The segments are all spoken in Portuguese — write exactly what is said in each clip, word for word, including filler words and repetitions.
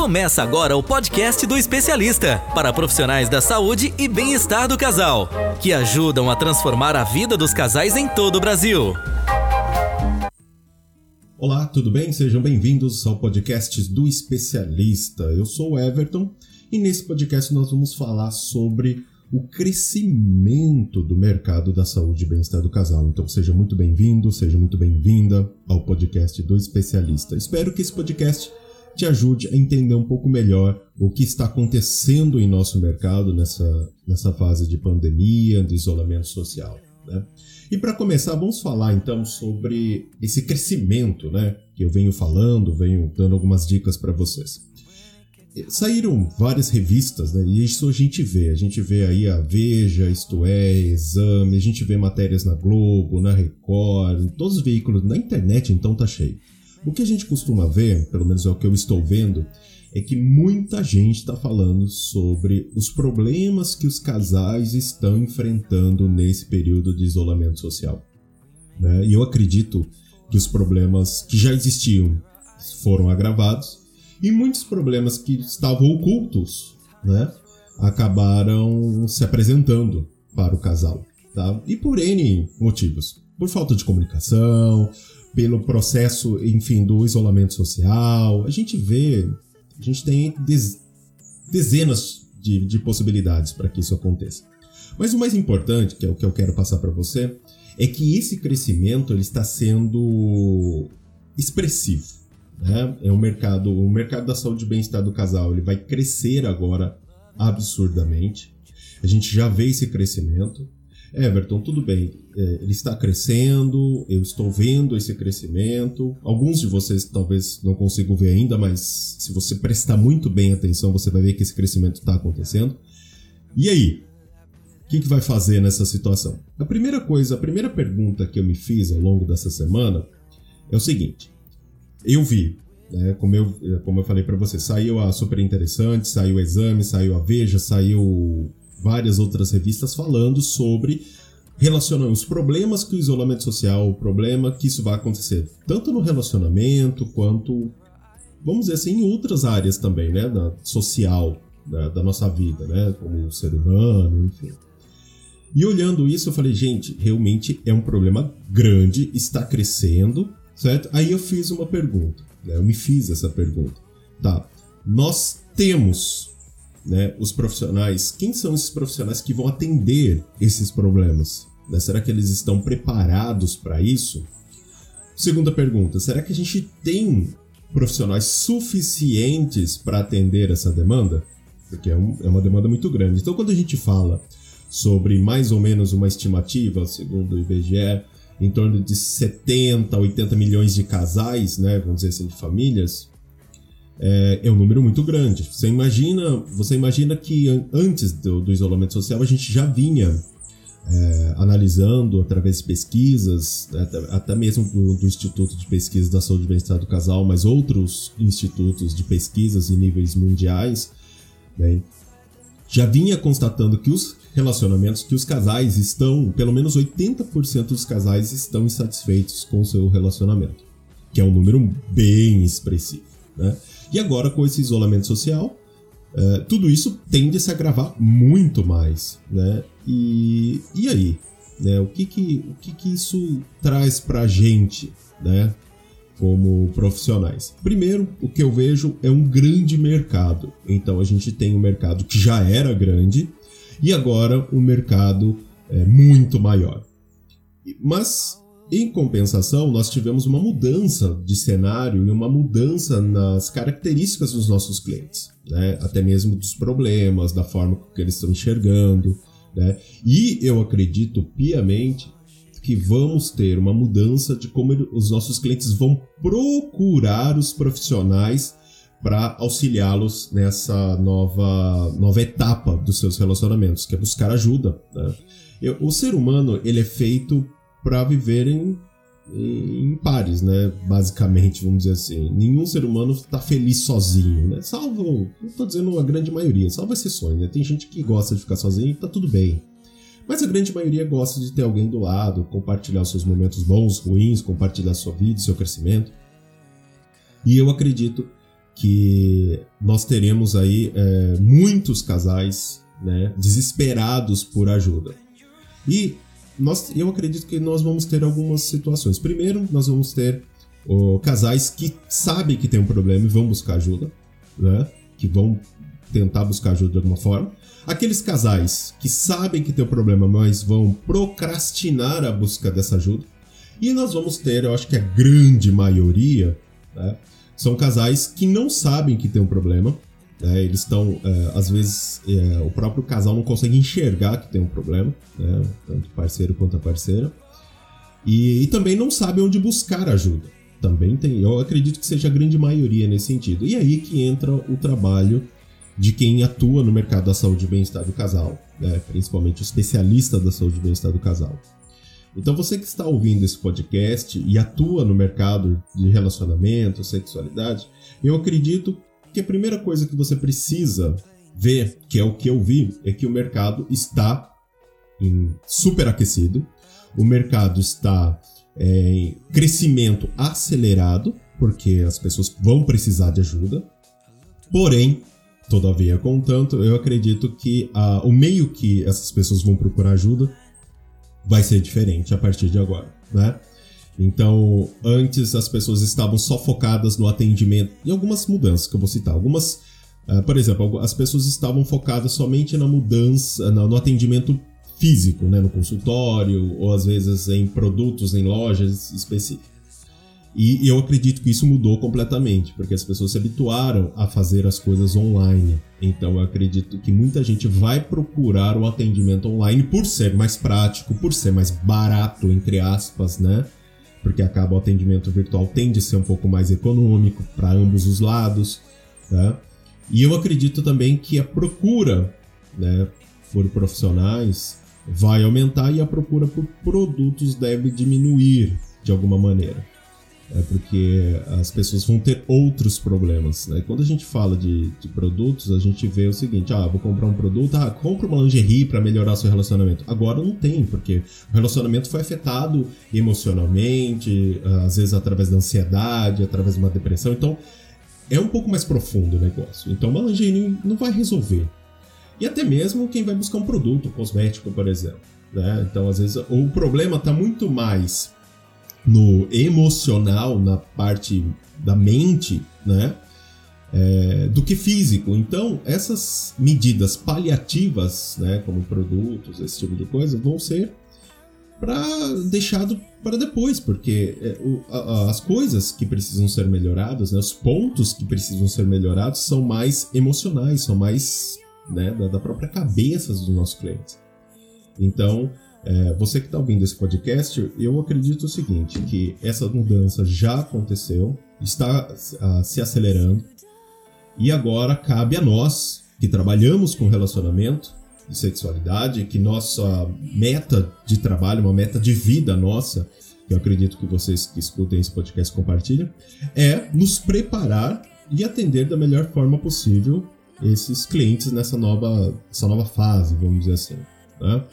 Começa agora o podcast do especialista, para profissionais da saúde e bem-estar do casal, que ajudam a transformar a vida dos casais em todo o Brasil. Olá, tudo bem? Sejam bem-vindos ao podcast do especialista. Eu sou o Everton e nesse podcast nós vamos falar sobre o crescimento do mercado da saúde e bem-estar do casal. Então seja muito bem-vindo, seja muito bem-vinda ao podcast do especialista. Espero que esse podcast te ajude a entender um pouco melhor o que está acontecendo em nosso mercado nessa, nessa fase de pandemia, de isolamento social, né? E para começar, vamos falar então sobre esse crescimento, né, que eu venho falando, venho dando algumas dicas para vocês. Saíram várias revistas, né, e isso a gente vê, a gente vê aí a Veja, Isto É, Exame, a gente vê matérias na Globo, na Record, em todos os veículos, na internet então tá cheio. O que a gente costuma ver, pelo menos é o que eu estou vendo, é que muita gente está falando sobre os problemas que os casais estão enfrentando nesse período de isolamento social, né? E eu acredito que os problemas que já existiam foram agravados e muitos problemas que estavam ocultos, né, acabaram se apresentando para o casal, tá? E por N motivos. Por falta de comunicação, pelo processo, enfim, do isolamento social. A gente vê, a gente tem dez, dezenas de, de possibilidades para que isso aconteça. Mas o mais importante, que é o que eu quero passar para você, é que esse crescimento ele está sendo expressivo, né? É um mercado, o mercado da saúde e bem-estar do casal, ele vai crescer agora absurdamente. A gente já vê esse crescimento. Everton, tudo bem, ele está crescendo, eu estou vendo esse crescimento. Alguns de vocês talvez não consigam ver ainda, mas se você prestar muito bem atenção, você vai ver que esse crescimento está acontecendo. E aí? O que, que vai fazer nessa situação? A primeira coisa, a primeira pergunta que eu me fiz ao longo dessa semana é o seguinte. Eu vi, né, como, eu, como eu falei para você, saiu a Super Interessante, saiu o Exame, saiu a Veja, saiu várias outras revistas falando sobre relacionamento, os problemas que o isolamento social, o problema que isso vai acontecer, tanto no relacionamento quanto, vamos dizer assim, em outras áreas também, né, na social da, da nossa vida, né, como ser humano, enfim. E olhando isso, eu falei, gente, realmente é um problema grande, está crescendo, certo? Aí eu fiz uma pergunta, né, eu me fiz essa pergunta, tá? Nós temos, né, os profissionais, quem são esses profissionais que vão atender esses problemas? Né? Será que eles estão preparados para isso? Segunda pergunta, será que a gente tem profissionais suficientes para atender essa demanda? Porque é, um, é uma demanda muito grande. Então, quando a gente fala sobre mais ou menos uma estimativa, segundo o I B G E, em torno de setenta, oitenta milhões de casais, né, vamos dizer assim, de famílias, É, é um número muito grande. Você imagina, você imagina que antes do, do isolamento social a gente já vinha é, analisando através de pesquisas, até, até mesmo do, do Instituto de Pesquisa da Saúde e Bem-Estar do Casal, mas outros institutos de pesquisas em níveis mundiais, né, já vinha constatando que os relacionamentos, que os casais estão, pelo menos oitenta por cento dos casais estão insatisfeitos com o seu relacionamento, que é um número bem expressivo, né? E agora, com esse isolamento social, uh, tudo isso tende a se agravar muito mais, né? E, e aí? Né? O, que, que, o que, que isso traz pra gente, né? Como profissionais? Primeiro, o que eu vejo é um grande mercado. Então, a gente tem um mercado que já era grande e agora um mercado é, muito maior. Mas, em compensação, nós tivemos uma mudança de cenário e uma mudança nas características dos nossos clientes, né? Até mesmo dos problemas, da forma que eles estão enxergando, né? E eu acredito piamente que vamos ter uma mudança de como ele, os nossos clientes vão procurar os profissionais para auxiliá-los nessa nova, nova etapa dos seus relacionamentos, que é buscar ajuda, né? Eu, o ser humano ele é feito para viver em, em pares, né? Basicamente, vamos dizer assim. Nenhum ser humano está feliz sozinho, né? Salvo, não estou dizendo a grande maioria, salvo exceções, né? Tem gente que gosta de ficar sozinho e tá tudo bem. Mas a grande maioria gosta de ter alguém do lado, compartilhar os seus momentos bons, ruins, compartilhar sua vida, seu crescimento. E eu acredito que nós teremos aí é, muitos casais, né, desesperados por ajuda. E nós, eu acredito que nós vamos ter algumas situações. Primeiro, nós vamos ter oh, casais que sabem que tem um problema e vão buscar ajuda, né, que vão tentar buscar ajuda de alguma forma. Aqueles casais que sabem que tem um problema, mas vão procrastinar a busca dessa ajuda. E nós vamos ter, eu acho que a grande maioria, né, são casais que não sabem que tem um problema, né? Eles estão, é, às vezes, é, o próprio casal não consegue enxergar que tem um problema, né? Tanto parceiro quanto a parceira, e, e também não sabe onde buscar ajuda. Também tem, eu acredito que seja a grande maioria nesse sentido. E aí que entra o trabalho de quem atua no mercado da saúde e bem-estar do casal, né? Principalmente o especialista da saúde e bem-estar do casal. Então você que está ouvindo esse podcast e atua no mercado de relacionamento, sexualidade, eu acredito que a primeira coisa que você precisa ver, que é o que eu vi, é que o mercado está em superaquecido, o mercado está é, em crescimento acelerado, porque as pessoas vão precisar de ajuda, porém, todavia, contanto, eu acredito que a, o meio que essas pessoas vão procurar ajuda vai ser diferente a partir de agora, né? Então, antes as pessoas estavam só focadas no atendimento, e algumas mudanças que eu vou citar. Algumas, uh, por exemplo, as pessoas estavam focadas somente na mudança, no, no atendimento físico, né? No consultório, ou às vezes em produtos, em lojas específicas. E eu acredito que isso mudou completamente, porque as pessoas se habituaram a fazer as coisas online. Então eu acredito que muita gente vai procurar o atendimento online por ser mais prático, por ser mais barato, entre aspas, né? Porque acaba o atendimento virtual tende a ser um pouco mais econômico para ambos os lados, tá? E eu acredito também que a procura, né, por profissionais vai aumentar e a procura por produtos deve diminuir de alguma maneira. É porque as pessoas vão ter outros problemas, né? Quando a gente fala de, de produtos, a gente vê o seguinte: ah, vou comprar um produto, ah, compra uma lingerie para melhorar seu relacionamento. Agora não tem, porque o relacionamento foi afetado emocionalmente, às vezes através da ansiedade, através de uma depressão. Então, é um pouco mais profundo o negócio. Então, uma lingerie não vai resolver. E até mesmo quem vai buscar um produto cosmético, por exemplo, né? Então, às vezes, o problema está muito mais no emocional, na parte da mente, né, é, do que físico. Então, essas medidas paliativas, né, como produtos, esse tipo de coisa, vão ser para deixado para depois, porque é, o, a, as coisas que precisam ser melhoradas, né, os pontos que precisam ser melhorados são mais emocionais, são mais, né, da, da própria cabeça dos nossos clientes. Então, É, você que está ouvindo esse podcast, eu acredito o seguinte, que essa mudança já aconteceu, está uh, se acelerando, e agora cabe a nós, que trabalhamos com relacionamento e sexualidade, que nossa meta de trabalho, uma meta de vida nossa, que eu acredito que vocês que escutem esse podcast compartilham, é nos preparar e atender da melhor forma possível esses clientes nessa nova, essa nova fase, vamos dizer assim, né?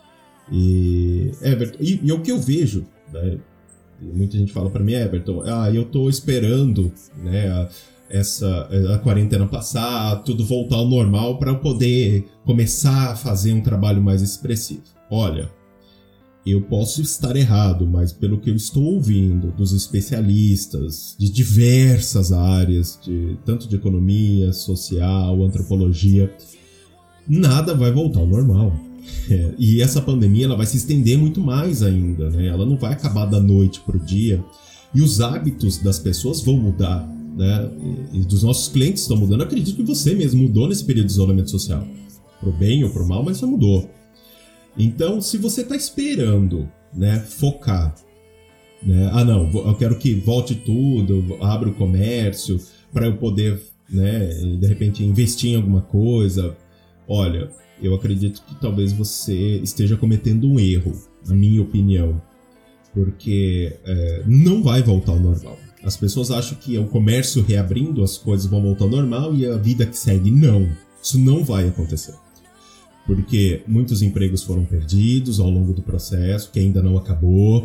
E, Everton, e, e o que eu vejo, né, muita gente fala para mim, Everton, ah, eu tô esperando, né, a, essa, a quarentena passar, tudo voltar ao normal para eu poder começar a fazer um trabalho mais expressivo. Olha, eu posso estar errado, mas pelo que eu estou ouvindo dos especialistas de diversas áreas, de, tanto de economia, social, antropologia, nada vai voltar ao normal. É, e essa pandemia ela vai se estender muito mais ainda, né? Ela não vai acabar da noite pro dia. E os hábitos das pessoas vão mudar, né? E, e dos nossos clientes estão mudando. Eu acredito que você mesmo mudou nesse período de isolamento social. Pro bem ou pro mal, mas você mudou. Então, se você está esperando, né, focar, né? Ah, não, eu quero que volte tudo, abra o comércio, para eu poder, né, de repente investir em alguma coisa. Olha, eu acredito que talvez você esteja cometendo um erro, na minha opinião, porque é, não vai voltar ao normal. As pessoas acham que o comércio reabrindo, as coisas vão voltar ao normal e a vida que segue. Não, isso não vai acontecer. Porque muitos empregos foram perdidos ao longo do processo, que ainda não acabou.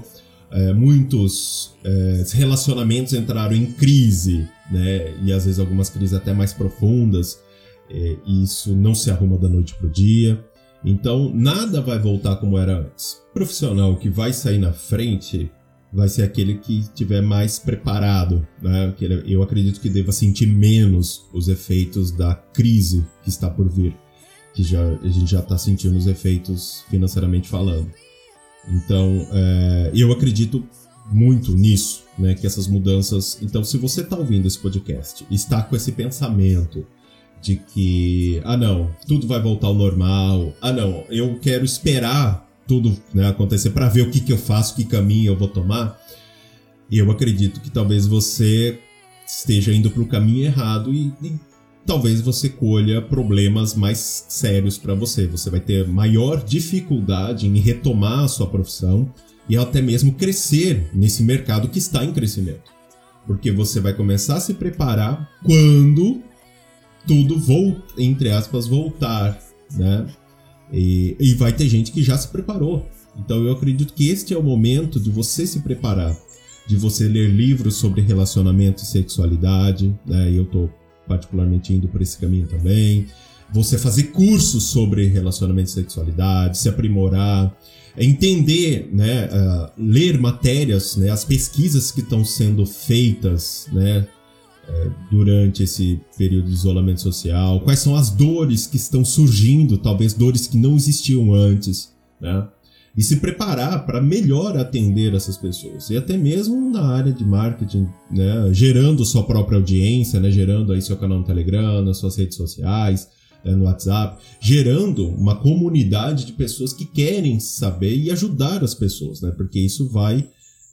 é, muitos é, relacionamentos entraram em crise, né? E às vezes algumas crises até mais profundas, é, e isso não se arruma da noite pro dia. Então nada vai voltar como era antes. O profissional que vai sair na frente vai ser aquele que estiver mais preparado, né? Eu acredito que deva sentir menos os efeitos da crise que está por vir, que já, a gente já está sentindo os efeitos financeiramente falando. Então, é, eu acredito muito nisso, né? Que essas mudanças... Então, se você está ouvindo esse podcast e está com esse pensamento de que, ah não, tudo vai voltar ao normal, ah não, eu quero esperar tudo, né, acontecer para ver o que, que eu faço, que caminho eu vou tomar, e eu acredito que talvez você esteja indo para o caminho errado e, e talvez você colha problemas mais sérios para você. Você vai ter maior dificuldade em retomar a sua profissão e até mesmo crescer nesse mercado que está em crescimento, porque você vai começar a se preparar quando tudo volta, entre aspas, voltar, né? E, e vai ter gente que já se preparou. Então eu acredito que este é o momento de você se preparar, de você ler livros sobre relacionamento e sexualidade, né? E eu tô particularmente indo por esse caminho também. Você fazer cursos sobre relacionamento e sexualidade, se aprimorar, entender, né? Uh, ler matérias, né? As pesquisas que estão sendo feitas, né? Durante esse período de isolamento social, quais são as dores que estão surgindo, talvez dores que não existiam antes, né? E se preparar para melhor atender essas pessoas, e até mesmo na área de marketing, né? Gerando sua própria audiência, né? Gerando aí seu canal no Telegram, nas suas redes sociais, né? No WhatsApp, gerando uma comunidade de pessoas que querem saber e ajudar as pessoas, né? Porque isso vai,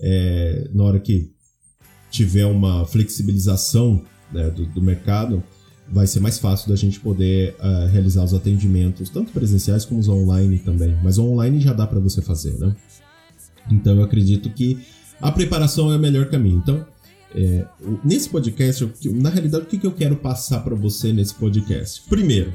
é, na hora que tiver uma flexibilização, né, do, do mercado, vai ser mais fácil da gente poder uh, realizar os atendimentos, tanto presenciais como os online também. Mas o online já dá para você fazer, né? Então eu acredito que a preparação é o melhor caminho. Então, é, nesse podcast, eu, na realidade, o que, que eu quero passar para você nesse podcast? Primeiro,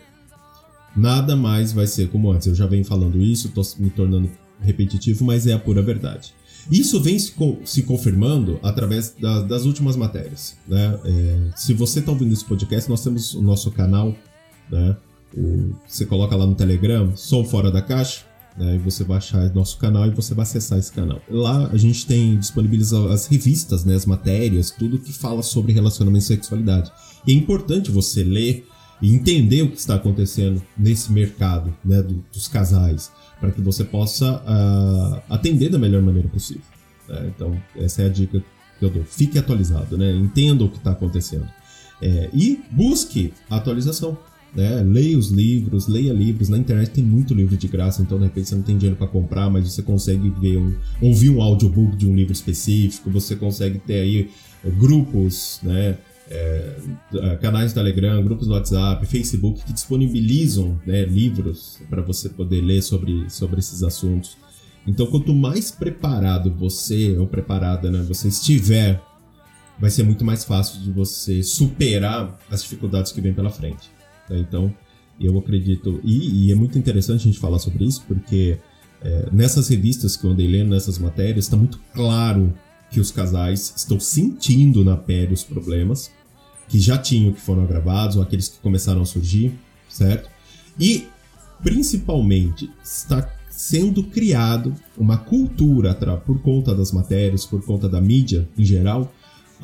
nada mais vai ser como antes. Eu já venho falando isso, estou me tornando repetitivo, mas é a pura verdade. Isso vem se, se confirmando através da, das últimas matérias, né? É, se você está ouvindo esse podcast, nós temos o nosso canal, né? O, você coloca lá no Telegram, Sou Fora da Caixa, né? E você vai achar nosso canal e você vai acessar esse canal. Lá a gente tem disponibilizado as revistas, né? As matérias, tudo que fala sobre relacionamento e sexualidade. E é importante você ler e entender o que está acontecendo nesse mercado, né? Do, dos casais, para que você possa uh, atender da melhor maneira possível. Né? Então, essa é a dica que eu dou. Fique atualizado, né? Entenda o que está acontecendo. É, e busque a atualização. Né? Leia os livros, leia livros. Na internet tem muito livro de graça, então de repente você não tem dinheiro para comprar, mas você consegue ver um, ouvir um audiobook de um livro específico, você consegue ter aí grupos, né? É, canais do Telegram, grupos do WhatsApp, Facebook, que disponibilizam, né, livros para você poder ler sobre, sobre esses assuntos. Então, quanto mais preparado você ou preparada, né, você estiver, vai ser muito mais fácil de você superar as dificuldades que vêm pela frente. Tá? Então, eu acredito... E, e é muito interessante a gente falar sobre isso, porque é, nessas revistas que eu andei lendo, nessas matérias, está muito claro que os casais estão sentindo na pele os problemas que já tinham, que foram agravados, ou aqueles que começaram a surgir, certo? E, principalmente, está sendo criado uma cultura, por conta das matérias, por conta da mídia em geral,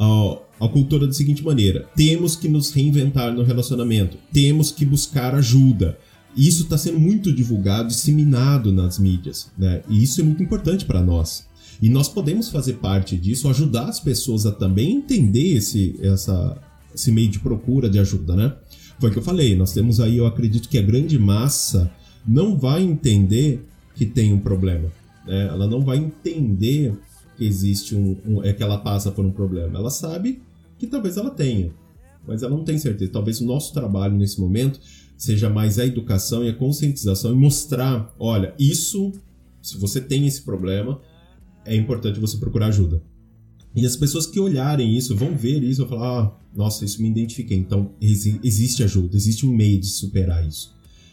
a, a cultura da seguinte maneira: temos que nos reinventar no relacionamento, temos que buscar ajuda. E isso está sendo muito divulgado, disseminado nas mídias, né? E isso é muito importante para nós. E nós podemos fazer parte disso, ajudar as pessoas a também entender esse, essa, esse meio de procura de ajuda, né? Foi o que eu falei, nós temos aí, eu acredito que a grande massa não vai entender que tem um problema, né? Ela não vai entender que existe um, um... é que ela passa por um problema. Ela sabe que talvez ela tenha, mas ela não tem certeza. Talvez o nosso trabalho nesse momento seja mais a educação e a conscientização e mostrar, olha, isso, se você tem esse problema, é importante você procurar ajuda. E as pessoas que olharem isso, vão ver isso e vão falar, ah, nossa, isso me identifiquei. Então, existe ajuda, existe um meio de superar isso.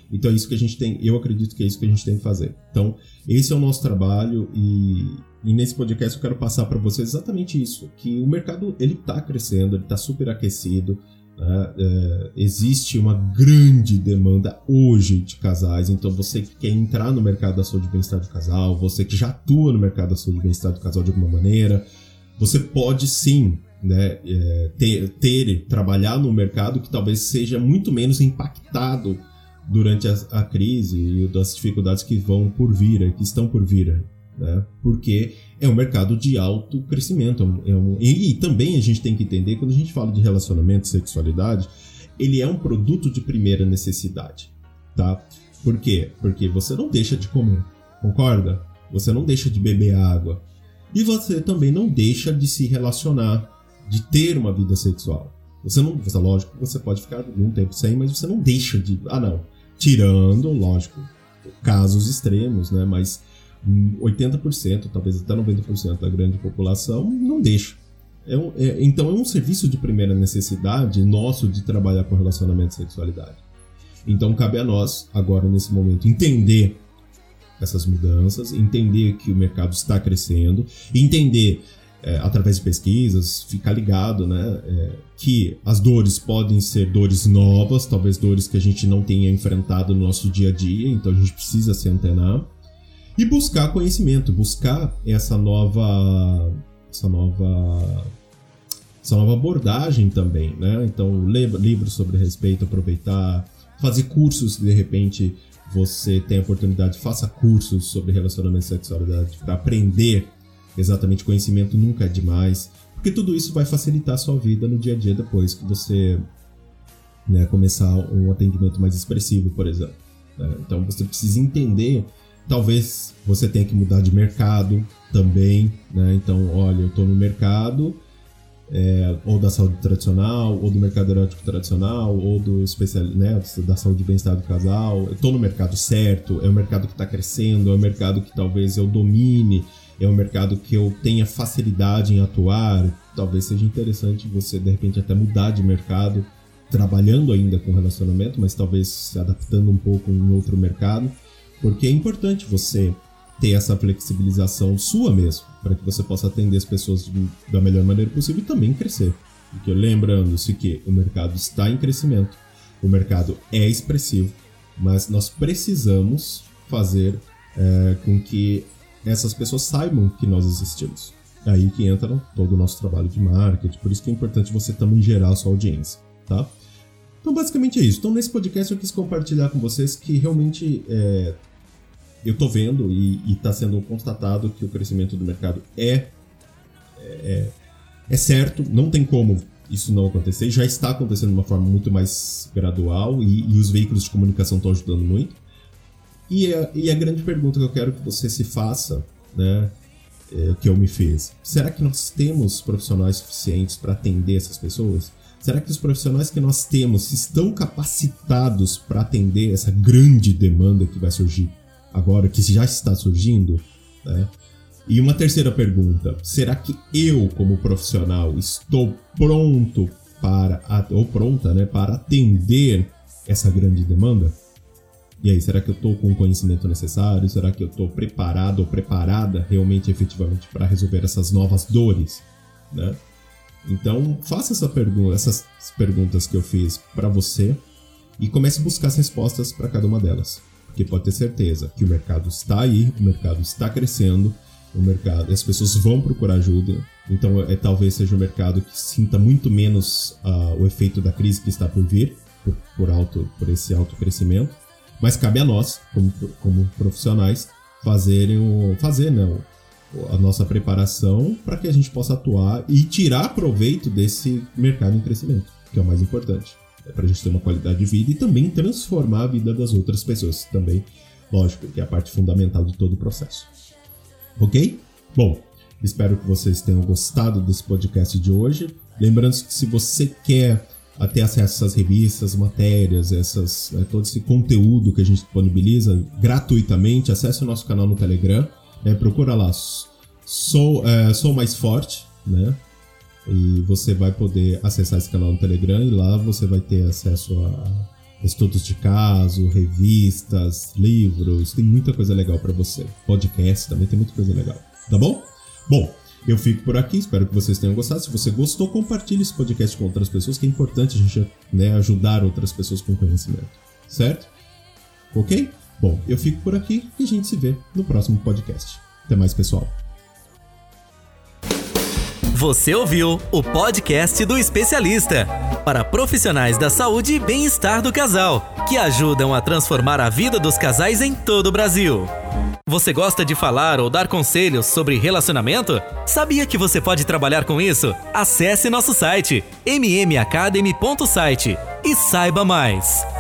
Então é isso que a gente tem, eu acredito que é isso que a gente tem que fazer. Então, esse é o nosso trabalho e, e nesse podcast eu quero passar para vocês exatamente isso, que o mercado ele está crescendo, ele está super aquecido, né? É, existe uma grande demanda hoje de casais, então você que quer entrar no mercado da saúde e bem-estar do casal, você que já atua no mercado da saúde e bem-estar do casal de alguma maneira, você pode sim, né, é, ter, ter, trabalhar num mercado que talvez seja muito menos impactado durante a, a crise e das dificuldades que vão por vir, que estão por vir, né? Porque é um mercado de alto crescimento. É um, e, e também a gente tem que entender, quando a gente fala de relacionamento e sexualidade, ele é um produto de primeira necessidade, tá? Por quê? Porque você não deixa de comer, concorda? Você não deixa de beber água. E você também não deixa de se relacionar, de ter uma vida sexual. Você não, você, lógico, você pode ficar algum tempo sem, mas você não deixa de... Ah, não. Tirando, lógico, casos extremos, né? Mas oitenta por cento, talvez até noventa por cento da grande população não deixa. É um, é, então é um serviço de primeira necessidade nosso de trabalhar com relacionamento e sexualidade. Então cabe a nós, agora nesse momento, entender essas mudanças, entender que o mercado está crescendo, entender... É, através de pesquisas, ficar ligado, né, é, que as dores podem ser dores novas, talvez dores que a gente não tenha enfrentado no nosso dia a dia, então a gente precisa se antenar e buscar conhecimento, buscar essa nova, essa nova, essa nova abordagem também, né? Então livros sobre respeito, aproveitar, fazer cursos, de repente você tem a oportunidade, faça cursos sobre relacionamento e sexualidade para aprender. Exatamente, conhecimento nunca é demais, porque tudo isso vai facilitar a sua vida no dia a dia depois que você, né, começar um atendimento mais expressivo, por exemplo. Né? Então você precisa entender, talvez você tenha que mudar de mercado também, né? Então, olha, eu estou no mercado é, ou da saúde tradicional, ou do mercado erótico tradicional, ou do especial, né, da saúde e bem-estar do casal. Eu estou no mercado certo, é um mercado que está crescendo, é um mercado que talvez eu domine, é um mercado que eu tenha facilidade em atuar. Talvez seja interessante você, de repente, até mudar de mercado, trabalhando ainda com relacionamento, mas talvez se adaptando um pouco em outro mercado, porque é importante você ter essa flexibilização sua mesmo, para que você possa atender as pessoas de, da melhor maneira possível e também crescer. Porque lembrando-se que o mercado está em crescimento, o mercado é expressivo, mas nós precisamos fazer é, com que essas pessoas saibam que nós existimos. É aí que entra todo o nosso trabalho de marketing, por isso que é importante você também gerar a sua audiência, tá? Então basicamente é isso. Então nesse podcast eu quis compartilhar com vocês que realmente é, eu tô vendo e está sendo constatado que o crescimento do mercado é, é, é certo, não tem como isso não acontecer, já está acontecendo de uma forma muito mais gradual e, e os veículos de comunicação estão ajudando muito. E a, e a grande pergunta que eu quero que você se faça, né, é, que eu me fiz, será que nós temos profissionais suficientes para atender essas pessoas? Será que os profissionais que nós temos estão capacitados para atender essa grande demanda que vai surgir agora, que já está surgindo? Né? E uma terceira pergunta, será que eu, como profissional, estou pronto para, ou pronta, né, para atender essa grande demanda? E aí, será que eu estou com o conhecimento necessário? Será que eu estou preparado ou preparada realmente, efetivamente, para resolver essas novas dores? Né? Então, faça essa pergunta, essas perguntas que eu fiz para você e comece a buscar as respostas para cada uma delas. Porque pode ter certeza que o mercado está aí, o mercado está crescendo, o mercado, as pessoas vão procurar ajuda. Então, é, talvez seja um mercado que sinta muito menos uh, o efeito da crise que está por vir, por, por, alto, por esse alto crescimento. Mas cabe a nós, como, como profissionais, fazerem o, fazer né, o, a nossa preparação para que a gente possa atuar e tirar proveito desse mercado em crescimento, que é o mais importante. É para a gente ter uma qualidade de vida e também transformar a vida das outras pessoas. Também, lógico, que é a parte fundamental de todo o processo. Ok? Bom, espero que vocês tenham gostado desse podcast de hoje. Lembrando que se você quer a ter acesso a essas revistas, matérias, essas, né, todo esse conteúdo que a gente disponibiliza gratuitamente, acesse o nosso canal no Telegram, né, procura lá, sou, é, sou Mais Forte, né, e você vai poder acessar esse canal no Telegram e lá você vai ter acesso a estudos de caso, revistas, livros, tem muita coisa legal para você. Podcast também tem muita coisa legal, tá bom? Bom, eu fico por aqui, espero que vocês tenham gostado. Se você gostou, compartilhe esse podcast com outras pessoas, que é importante a gente, né, ajudar outras pessoas com conhecimento, certo? Ok? Bom, eu fico por aqui e a gente se vê no próximo podcast. Até mais, pessoal. Você ouviu o podcast do especialista, para profissionais da saúde e bem-estar do casal, que ajudam a transformar a vida dos casais em todo o Brasil. Você gosta de falar ou dar conselhos sobre relacionamento? Sabia que você pode trabalhar com isso? Acesse nosso site m m academy ponto site e saiba mais.